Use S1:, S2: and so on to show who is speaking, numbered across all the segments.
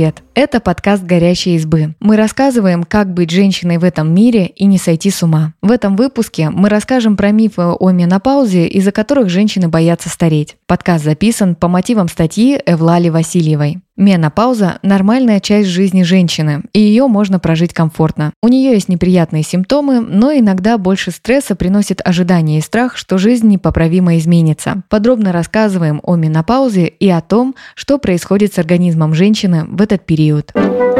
S1: привет! Это подкаст «Горящие избы». Мы рассказываем, как быть женщиной в этом мире и не сойти с ума. В этом выпуске мы расскажем про мифы о менопаузе, из-за которых женщины боятся стареть. Подкаст записан по мотивам статьи Эвлали Васильевой. Менопауза – нормальная часть жизни женщины, и ее можно прожить комфортно. У нее есть неприятные симптомы, но иногда больше стресса приносит ожидание и страх, что жизнь непоправимо изменится. Подробно рассказываем о менопаузе и о том, что происходит с организмом женщины в этот период.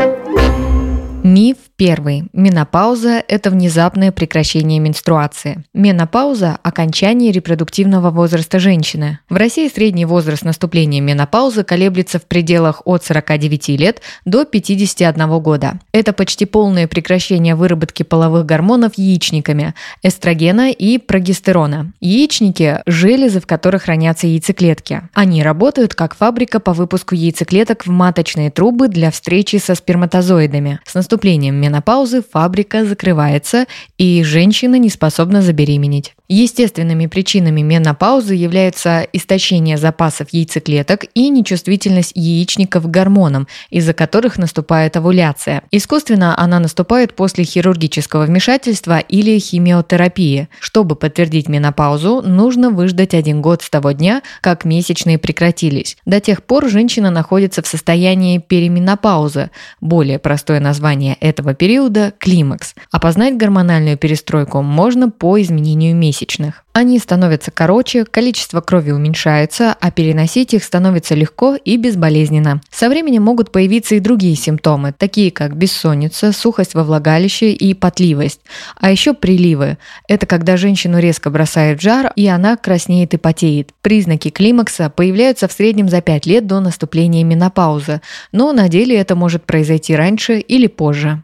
S1: Миф первый. Менопауза – это внезапное прекращение менструации. Менопауза – окончание репродуктивного возраста женщины. В России средний возраст наступления менопаузы колеблется в пределах от 49 лет до 51 года. Это почти полное прекращение выработки половых гормонов яичниками – эстрогена и прогестерона. Яичники – железы, в которых хранятся яйцеклетки. Они работают как фабрика по выпуску яйцеклеток в маточные трубы для встречи со сперматозоидами. С наступлением менопаузы фабрика закрывается, и женщина не способна забеременеть. Естественными причинами менопаузы являются истощение запасов яйцеклеток и нечувствительность яичников к гормонам, из-за которых наступает овуляция. Искусственно она наступает после хирургического вмешательства или химиотерапии. Чтобы подтвердить менопаузу, нужно выждать 1 год с того дня, как месячные прекратились. До тех пор женщина находится в состоянии перименопаузы. Более простое название этого периода – климакс. Опознать гормональную перестройку можно по изменению месячных. Они становятся короче, количество крови уменьшается, а переносить их становится легко и безболезненно. Со временем могут появиться и другие симптомы, такие как бессонница, сухость во влагалище и потливость. А еще приливы. Это когда женщину резко бросает в жар, и она краснеет и потеет. Признаки климакса появляются в среднем за 5 лет до наступления менопаузы, но на деле это может произойти раньше или позже.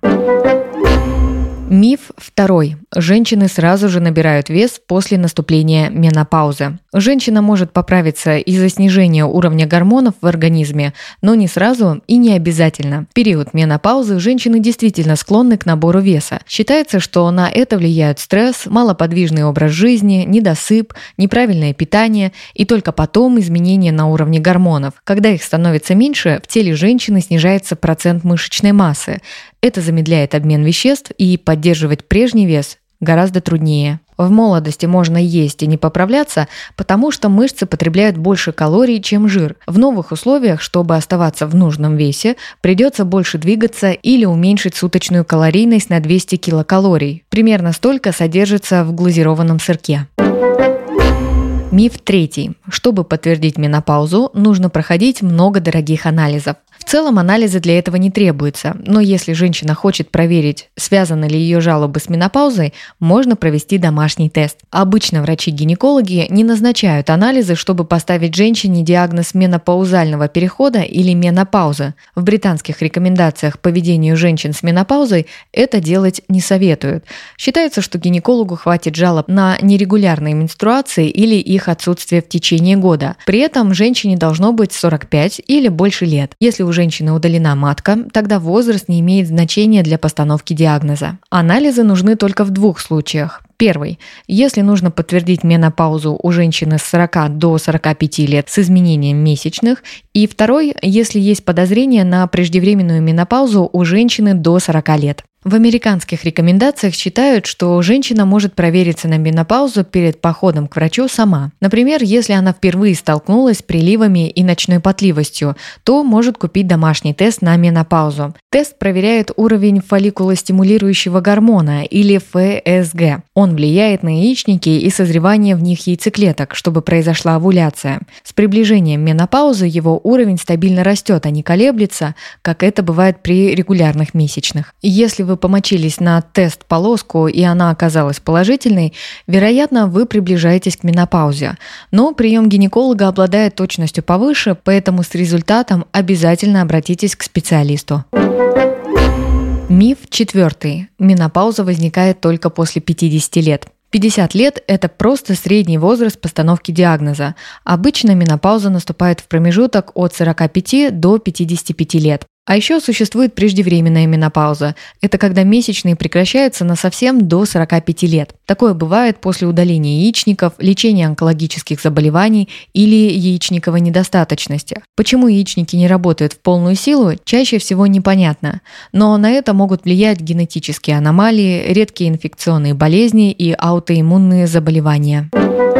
S1: Миф второй. Женщины сразу же набирают вес после наступления менопаузы. Женщина может поправиться из-за снижения уровня гормонов в организме, но не сразу и не обязательно. В период менопаузы женщины действительно склонны к набору веса. Считается, что на это влияют стресс, малоподвижный образ жизни, недосып, неправильное питание и только потом изменения на уровне гормонов. Когда их становится меньше, в теле женщины снижается процент мышечной массы. Это замедляет обмен веществ, и поддерживать прежний вес гораздо труднее. В молодости можно есть и не поправляться, потому что мышцы потребляют больше калорий, чем жир. В новых условиях, чтобы оставаться в нужном весе, придется больше двигаться или уменьшить суточную калорийность на 200 килокалорий. Примерно столько содержится в глазированном сырке. Миф третий. Чтобы подтвердить менопаузу, нужно проходить много дорогих анализов. В целом анализы для этого не требуются, но если женщина хочет проверить, связаны ли ее жалобы с менопаузой, можно провести домашний тест. Обычно врачи-гинекологи не назначают анализы, чтобы поставить женщине диагноз менопаузального перехода или менопаузы. В британских рекомендациях по ведению женщин с менопаузой это делать не советуют. Считается, что гинекологу хватит жалоб на нерегулярные менструации или их отсутствие в течение года. При этом женщине должно быть 45 или больше лет. Если у женщины удалена матка, тогда возраст не имеет значения для постановки диагноза. Анализы нужны только в 2 случаях. Первый. Если нужно подтвердить менопаузу у женщины с 40 до 45 лет с изменением месячных. И второй. Если есть подозрение на преждевременную менопаузу у женщины до 40 лет. В американских рекомендациях считают, что женщина может провериться на менопаузу перед походом к врачу сама. Например, если она впервые столкнулась с приливами и ночной потливостью, то может купить домашний тест на менопаузу. Тест проверяет уровень фолликулостимулирующего гормона или ФСГ. Он влияет на яичники и созревание в них яйцеклеток, чтобы произошла овуляция. С приближением менопаузы его уровень стабильно растет, а не колеблется, как это бывает при регулярных месячных. Если вы помочились на тест-полоску и она оказалась положительной, вероятно, вы приближаетесь к менопаузе. Но прием гинеколога обладает точностью повыше, поэтому с результатом обязательно обратитесь к специалисту. Миф четвертый. Менопауза возникает только после 50 лет. 50 лет – это просто средний возраст постановки диагноза. Обычно менопауза наступает в промежуток от 45 до 55 лет. А еще существует преждевременная менопауза. Это когда месячные прекращаются насовсем до 45 лет. Такое бывает после удаления яичников, лечения онкологических заболеваний или яичниковой недостаточности. Почему яичники не работают в полную силу, чаще всего непонятно. Но на это могут влиять генетические аномалии, редкие инфекционные болезни и аутоиммунные заболевания.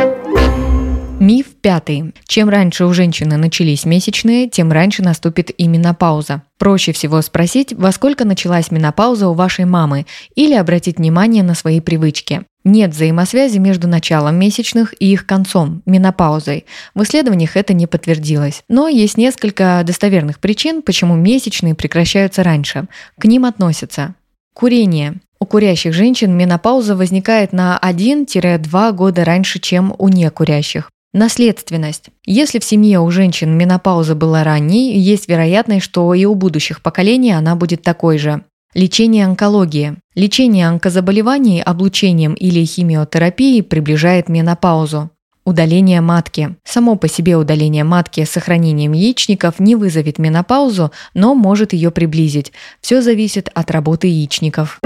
S1: Миф 5. Чем раньше у женщины начались месячные, тем раньше наступит и менопауза. Проще всего спросить, во сколько началась менопауза у вашей мамы, или обратить внимание на свои привычки. Нет взаимосвязи между началом месячных и их концом, менопаузой. В исследованиях это не подтвердилось. Но есть несколько достоверных причин, почему месячные прекращаются раньше. К ним относятся курение. У курящих женщин менопауза возникает на 1-2 года раньше, чем у некурящих. Наследственность. Если в семье у женщин менопауза была ранней, есть вероятность, что и у будущих поколений она будет такой же. Лечение онкологии. Лечение онкозаболеваний облучением или химиотерапией приближает менопаузу. Удаление матки. Само по себе удаление матки с сохранением яичников не вызовет менопаузу, но может ее приблизить. Все зависит от работы яичников.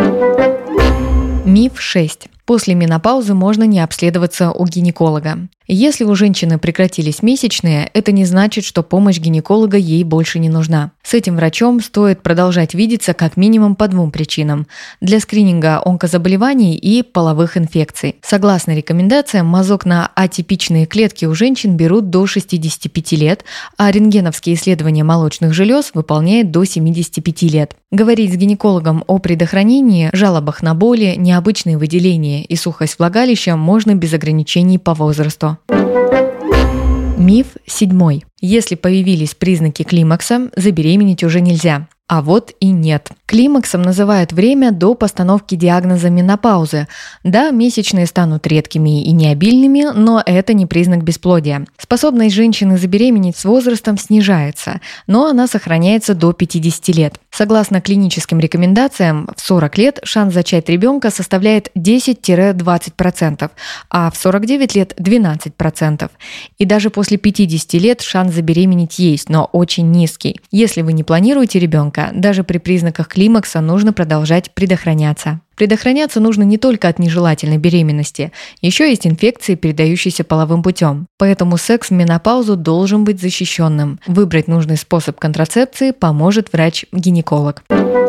S1: Миф 6. После менопаузы можно не обследоваться у гинеколога. Если у женщины прекратились месячные, это не значит, что помощь гинеколога ей больше не нужна. С этим врачом стоит продолжать видеться как минимум по 2 причинам – для скрининга онкозаболеваний и половых инфекций. Согласно рекомендациям, мазок на атипичные клетки у женщин берут до 65 лет, а рентгеновские исследования молочных желез выполняют до 75 лет. Говорить с гинекологом о предохранении, жалобах на боли, необычные выделения и сухость влагалища можно без ограничений по возрасту. Миф 7. Если появились признаки климакса, забеременеть уже нельзя. А вот и нет. Климаксом называют время до постановки диагноза менопаузы. Да, месячные станут редкими и необильными, но это не признак бесплодия. Способность женщины забеременеть с возрастом снижается, но она сохраняется до 50 лет. Согласно клиническим рекомендациям, в 40 лет шанс зачать ребенка составляет 10-20%, а в 49 лет – 12%. И даже после 50 лет шанс забеременеть есть, но очень низкий. Если вы не планируете ребенка, даже при признаках климакса нужно продолжать предохраняться. Предохраняться нужно не только от нежелательной беременности, еще есть инфекции, передающиеся половым путем. Поэтому секс в менопаузу должен быть защищенным. Выбрать нужный способ контрацепции поможет врач-гинеколог.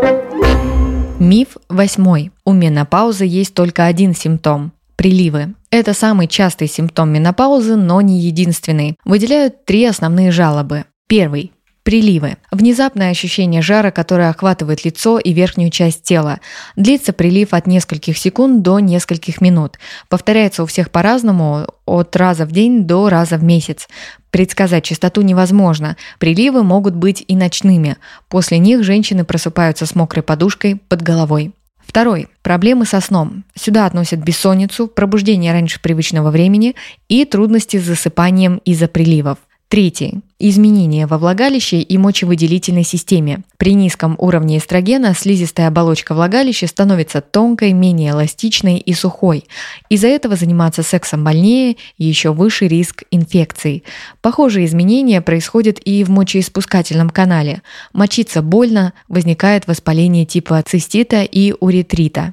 S1: Миф 8. У менопаузы есть только один симптом – приливы. Это самый частый симптом менопаузы, но не единственный. Выделяют 3 основные жалобы. Первый. Приливы. Внезапное ощущение жара, которое охватывает лицо и верхнюю часть тела. Длится прилив от нескольких секунд до нескольких минут. Повторяется у всех по-разному, от раза в день до раза в месяц. Предсказать частоту невозможно. Приливы могут быть и ночными. После них женщины просыпаются с мокрой подушкой под головой. Второй. Проблемы со сном. Сюда относят бессонницу, пробуждение раньше привычного времени и трудности с засыпанием из-за приливов. Третий. Изменения во влагалище и мочевыделительной системе. При низком уровне эстрогена слизистая оболочка влагалища становится тонкой, менее эластичной и сухой. Из-за этого заниматься сексом больнее и еще выше риск инфекций. Похожие изменения происходят и в мочеиспускательном канале. Мочиться больно, возникает воспаление типа цистита и уретрита.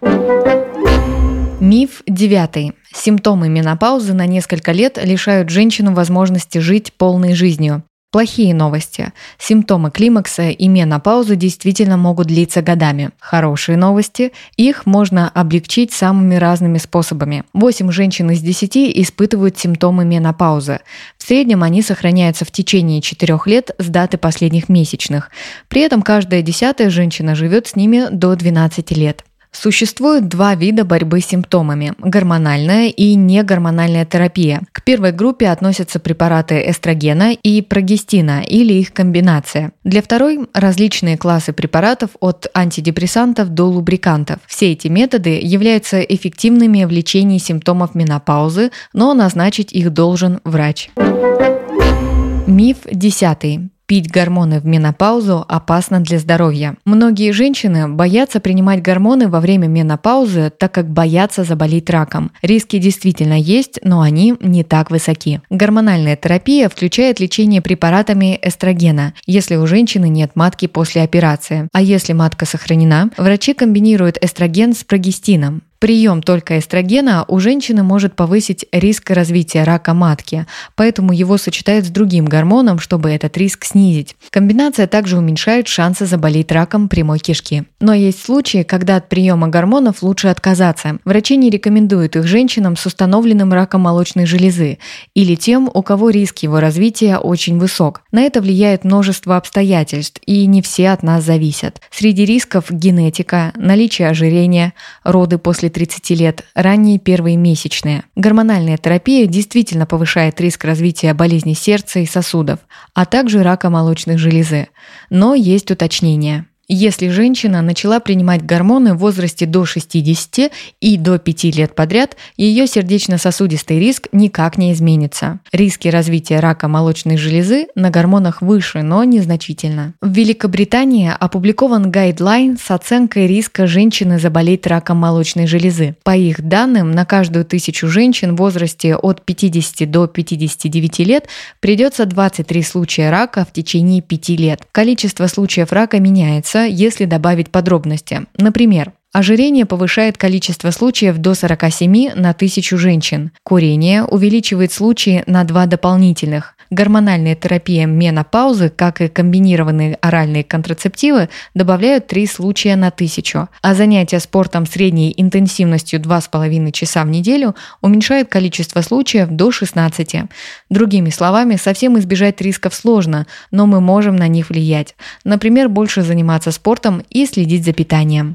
S1: Миф 9. Симптомы менопаузы на несколько лет лишают женщину возможности жить полной жизнью. Плохие новости. Симптомы климакса и менопаузы действительно могут длиться годами. Хорошие новости. Их можно облегчить самыми разными способами. 8 женщин из 10 испытывают симптомы менопаузы. В среднем они сохраняются в течение 4 лет с даты последних месячных. При этом каждая 10-я женщина живет с ними до 12 лет. Существует 2 вида борьбы с симптомами – гормональная и негормональная терапия. К первой группе относятся препараты эстрогена и прогестина или их комбинация. Для второй – различные классы препаратов от антидепрессантов до лубрикантов. Все эти методы являются эффективными в лечении симптомов менопаузы, но назначить их должен врач. Миф 10. Пить гормоны в менопаузу опасно для здоровья. Многие женщины боятся принимать гормоны во время менопаузы, так как боятся заболеть раком. Риски действительно есть, но они не так высоки. Гормональная терапия включает лечение препаратами эстрогена, если у женщины нет матки после операции. А если матка сохранена, врачи комбинируют эстроген с прогестином. Прием только эстрогена у женщины может повысить риск развития рака матки, поэтому его сочетают с другим гормоном, чтобы этот риск снизить. Комбинация также уменьшает шансы заболеть раком прямой кишки. Но есть случаи, когда от приема гормонов лучше отказаться. Врачи не рекомендуют их женщинам с установленным раком молочной железы или тем, у кого риск его развития очень высок. На это влияет множество обстоятельств, и не все от нас зависят. Среди рисков генетика, наличие ожирения, роды после 30 лет, ранние первые месячные. Гормональная терапия действительно повышает риск развития болезней сердца и сосудов, а также рака молочной железы. Но есть уточнения. Если женщина начала принимать гормоны в возрасте до 60 и до 5 лет подряд, ее сердечно-сосудистый риск никак не изменится. Риски развития рака молочной железы на гормонах выше, но незначительно. В Великобритании опубликован гайдлайн с оценкой риска женщины заболеть раком молочной железы. По их данным, на каждую 1000 женщин в возрасте от 50 до 59 лет придется 23 случая рака в течение 5 лет. Количество случаев рака меняется, если добавить подробности. Например, ожирение повышает количество случаев до 47 на 1000 женщин. Курение увеличивает случаи на 2 дополнительных. Гормональная терапия менопаузы, как и комбинированные оральные контрацептивы, добавляют 3 случая на 1000, а занятия спортом средней интенсивностью 2,5 часа в неделю уменьшают количество случаев до 16. Другими словами, совсем избежать рисков сложно, но мы можем на них влиять. Например, больше заниматься спортом и следить за питанием.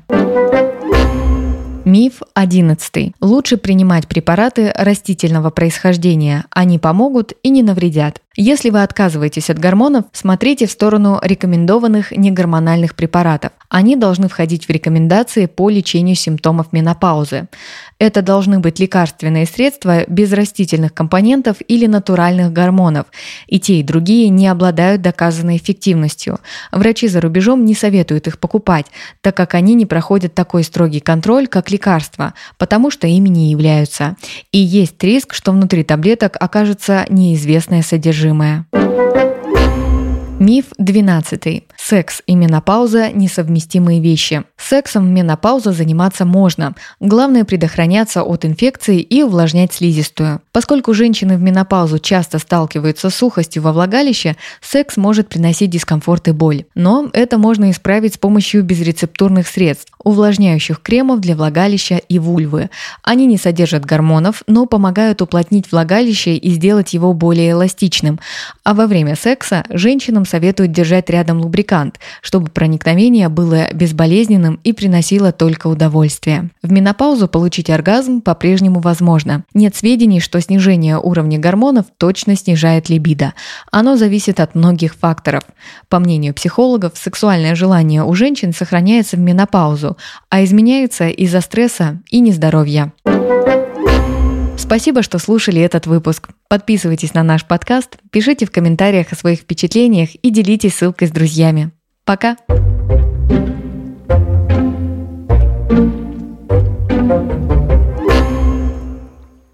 S1: Миф 11. Лучше принимать препараты растительного происхождения. Они помогут и не навредят. Если вы отказываетесь от гормонов, смотрите в сторону рекомендованных негормональных препаратов. Они должны входить в рекомендации по лечению симптомов менопаузы. Это должны быть лекарственные средства без растительных компонентов или натуральных гормонов. И те, и другие не обладают доказанной эффективностью. Врачи за рубежом не советуют их покупать, так как они не проходят такой строгий контроль, как лекарства, потому что ими не являются. И есть риск, что внутри таблеток окажется неизвестное содержимое. Миф 12. Секс и менопауза – несовместимые вещи. Сексом в менопаузу заниматься можно. Главное – предохраняться от инфекций и увлажнять слизистую. Поскольку женщины в менопаузу часто сталкиваются с сухостью во влагалище, секс может приносить дискомфорт и боль. Но это можно исправить с помощью безрецептурных средств, увлажняющих кремов для влагалища и вульвы. Они не содержат гормонов, но помогают уплотнить влагалище и сделать его более эластичным. А во время секса женщинам советуют держать рядом лубрикант, чтобы проникновение было безболезненным и приносило только удовольствие. В менопаузу получить оргазм по-прежнему возможно. Нет сведений, что снижение уровня гормонов точно снижает либидо. Оно зависит от многих факторов. По мнению психологов, сексуальное желание у женщин сохраняется в менопаузу, а изменяется из-за стресса и нездоровья. Спасибо, что слушали этот выпуск. Подписывайтесь на наш подкаст, пишите в комментариях о своих впечатлениях и делитесь ссылкой с друзьями. Пока!